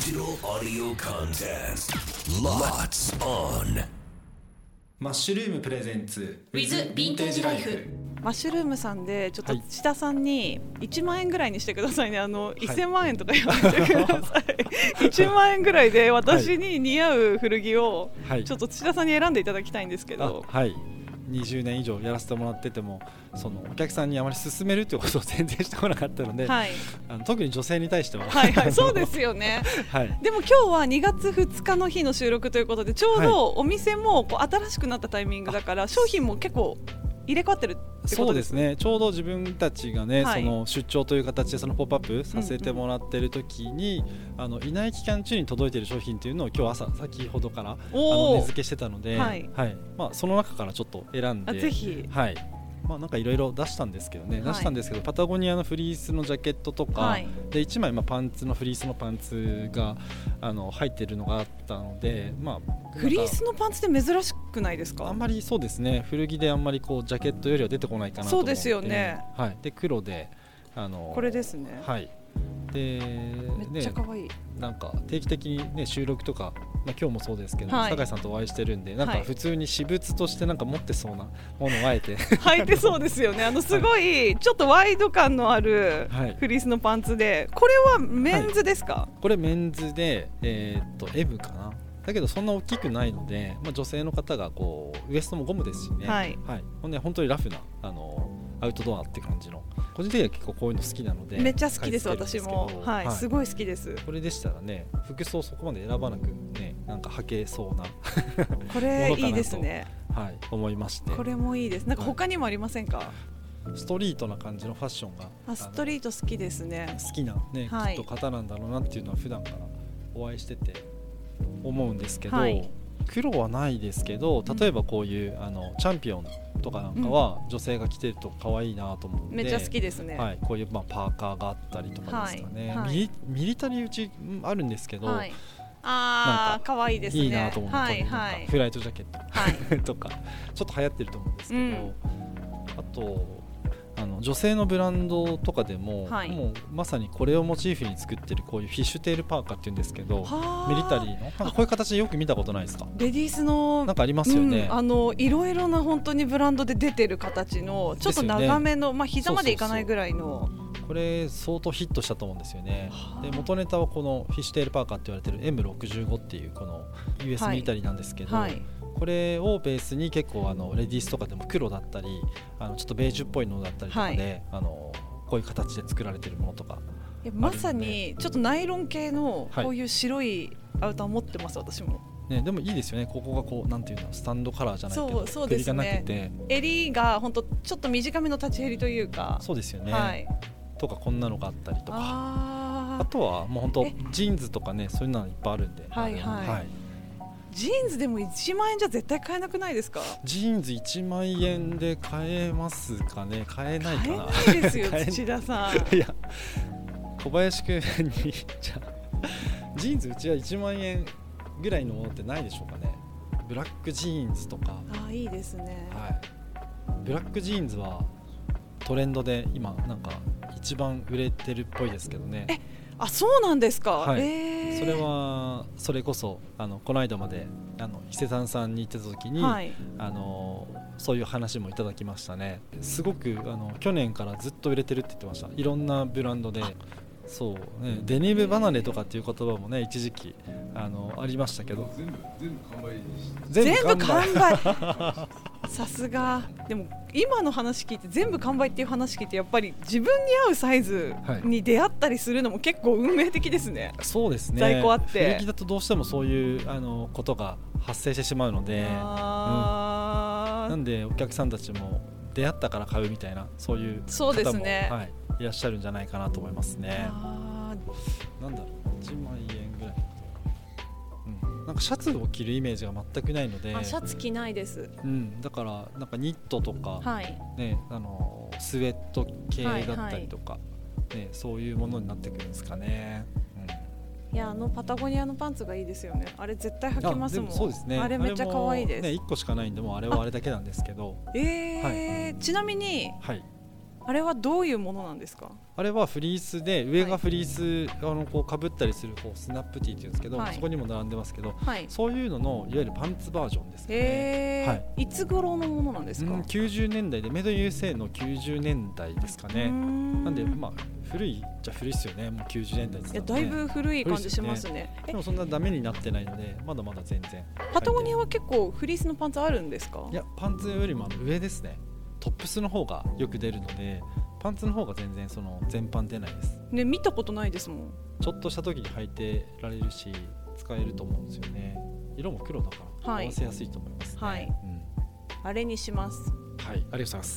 Digital audio contest. Lots on. マッシュルームプレゼンツ with ヴィンテージライフ。 マッシュルームさんでちょっと千田さんに1万円ぐらいにしてくださいね。1000万円とか言われてください1万円ぐらいで私に似合う古着をちょっと千田さんに選んでいただきたいんですけど、 はい、20年以上やらせてもらっててもそのお客さんにあまり勧めるということを全然してこなかったので、 はい、 特に女性に対してははいはいそうですよね、はい、でも今日は2月2日の日の収録ということでちょうどお店もこう新しくなったタイミングだから商品も結構入れ替わってるってことですね。 そうですね、ちょうど自分たちがね、 はい、 その出張という形でそのポップアップさせてもらってる時に、いない期間中に届いている商品というのを今日朝先ほどから値付けしてたので、はいはい、その中からちょっと選んでぜひ、 はい、なんかいろいろ出したんですけどね、出したんですけどパタゴニアのフリースのジャケットとか、はい、で1枚パンツのフリースのパンツが入ってるのがあったので、 フリースのパンツって珍しくないですか？ あんまりそうですね、古着であんまりこうジャケットよりは出てこないかなと思って。 そうですよね、 はい、で黒でこれですね、 はい、でめっちゃ可愛い、 なんか定期的に、ね、収録とか、今日もそうですけど、 はい、 酒井さんとお会いしてるんでなんか普通に私物としてなんか持ってそうなものをあえて履いてそうですよね。すごいちょっとワイド感のあるフリースのパンツで、これはメンズですか？はい、 これメンズで、M かな。だけどそんな大きくないので、女性の方がこうウエストもゴムですしね、はいはい、本当にラフなアウトドアって感じの、個人的には結構こういうの好きなのでめっちゃ好きです私も、はいはい、すごい好きです。 これでしたらね、服装そこまで選ばなくね、なんか履けそうなこれいいですね、 はい、思いまして。 これもいいです。なんか他にもありませんか？はい、 ストリートな感じのファッションが、 ストリート好きですね。 好きな、ね、はい、きっと方なんだろうなっていうのは普段からお会いしてて思うんですけど、はい、黒はないですけど、例えばこういうチャンピオンとかなんかは女性が着てると可愛いなと思って、 めっちゃ好きですね、 はい、こういうパーカーがあったりとかですかね、はい、ミリタリーうちあるんですけど、はい、 なんか可愛いですね、 いいなと思って、はいはい、フライトジャケット、はい、とかちょっと流行ってると思うんですけど、あと女性のブランドとかでも、はい、もうまさにこれをモチーフに作ってるこういうフィッシュテールパーカーっていうんですけど、ミリタリーのなんかこういう形でよく見たことないですか？ レディースのなんかありますよね、 いろいろな本当にブランドで出てる形のちょっと長めの、膝までいかないぐらいの、 これ相当ヒットしたと思うんですよね。で元ネタはこのフィッシュテールパーカーって言われてる M65 っていうこの US ミリタリーなんですけど、はいはい、これをベースに結構レディースとかでも黒だったりちょっとベージュっぽいのだったりとかで、はい、こういう形で作られているものとか、 いやまさにちょっとナイロン系のこういう白いアウター持ってます、私も。 ね、でもいいですよね。ここがこうなんていうのスタンドカラーじゃないけど、 そうですね、 襟がなくて襟が本当ちょっと短めの立ち襟というか、 そうですよね、 はい、 とかこんなのがあったりとか、あとはもう本当ジーンズとかね、そういうのいっぱいあるんで、 はいはい、はい、ジーンズでも1万円じゃ絶対買えなくないですか？ジーンズ1万円で買えますかね？買えないかな。 買えないですよ土田さん。 いや小林くんにじゃあジーンズうちは1万円ぐらいのものってないでしょうかね。ブラックジーンズとか。 いいですね、 はい、ブラックジーンズはトレンドで今なんか一番売れてるっぽいですけどね。 そうなんですか、 はい、それはそれこそこの間まで伊勢丹さんに行ってた時に、はい、そういう話もいただきましたね。すごく去年からずっと売れてるって言ってました。いろんなブランドで。そうね、デニム離れとかっていう言葉もね一時期ありましたけど、 全部完売さすが。でも今の話聞いて全部完売っていう話聞いて、やっぱり自分に合うサイズに出会ったりするのも結構運命的ですね。 そうですね、 在庫あって古着だとどうしてもそういうことが発生してしまうので、なんでお客さんたちも出会ったから買うみたいな、そういう方も、 そうですね、 はい、いらっしゃるんじゃないかなと思いますね。なんだろう、1万円ぐらい、なんかシャツを着るイメージが全くないので。 シャツ着ないです、 だからなんかニットとか、はいね、スウェット系だったりとか、はいはいね、そういうものになってくるんですかね。 いやパタゴニアのパンツがいいですよね。あれ絶対履きますもん。 そうですね、 あれめっちゃ可愛いです。 1個しかないんで、もうあれはあれだけなんですけど、 はい、ちなみに、 はい、 あれはどういうものなんですか？ あれはフリースで、上がフリース、こうかぶったりするこうスナップティーっていうんですけど、そこにも並んでますけど、そういうののいわゆるパンツバージョンですね。 いつ頃のものなんですか ？90年代で、メイドイン USA の90年代ですかね。なんで古いじゃ古いですよね。もう90年代ですからね。 だいぶ古い感じしますね。 でもそんなダメになってないので、まだまだ全然。 パタゴニアは結構フリースのパンツあるんですか？ いや、パンツよりも上ですね。トップスの方がよく出るので、パンツの方が全然その全般出ないですね。見たことないですもん。 ちょっとした時に履いてられるし、使えると思うんですよね。色も黒だから合わせやすいと思いますね。 あれにします。 はい、ありがとうございます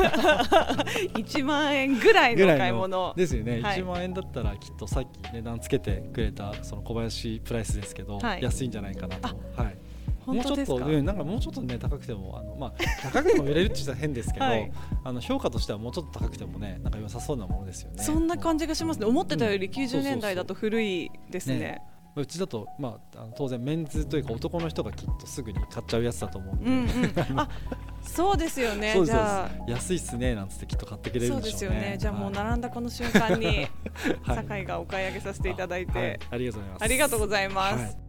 1万円ぐらいの買い物ですよね。1万円だったらきっとさっき値段つけてくれたその小林プライスですけど、安いんじゃないかなと。もうちょっと、なんかもうちょっとね高くても高くても売れるって言ったら変ですけど、評価としてはもうちょっと高くてもね、なんか良さそうなものですよね。 そんな感じがしますね。思ってたより90年代だと古いですね。 うちだと、当然メンズというか男の人がきっとすぐに買っちゃうやつだと思うんで、 そうですよね。 じゃあ安いっすねなんつってきっと買ってくれるんでしょうね。 そうですよね。じゃあもう並んだこの瞬間に酒井がお買い上げさせていただいて、 ありがとうございます。 ありがとうございます。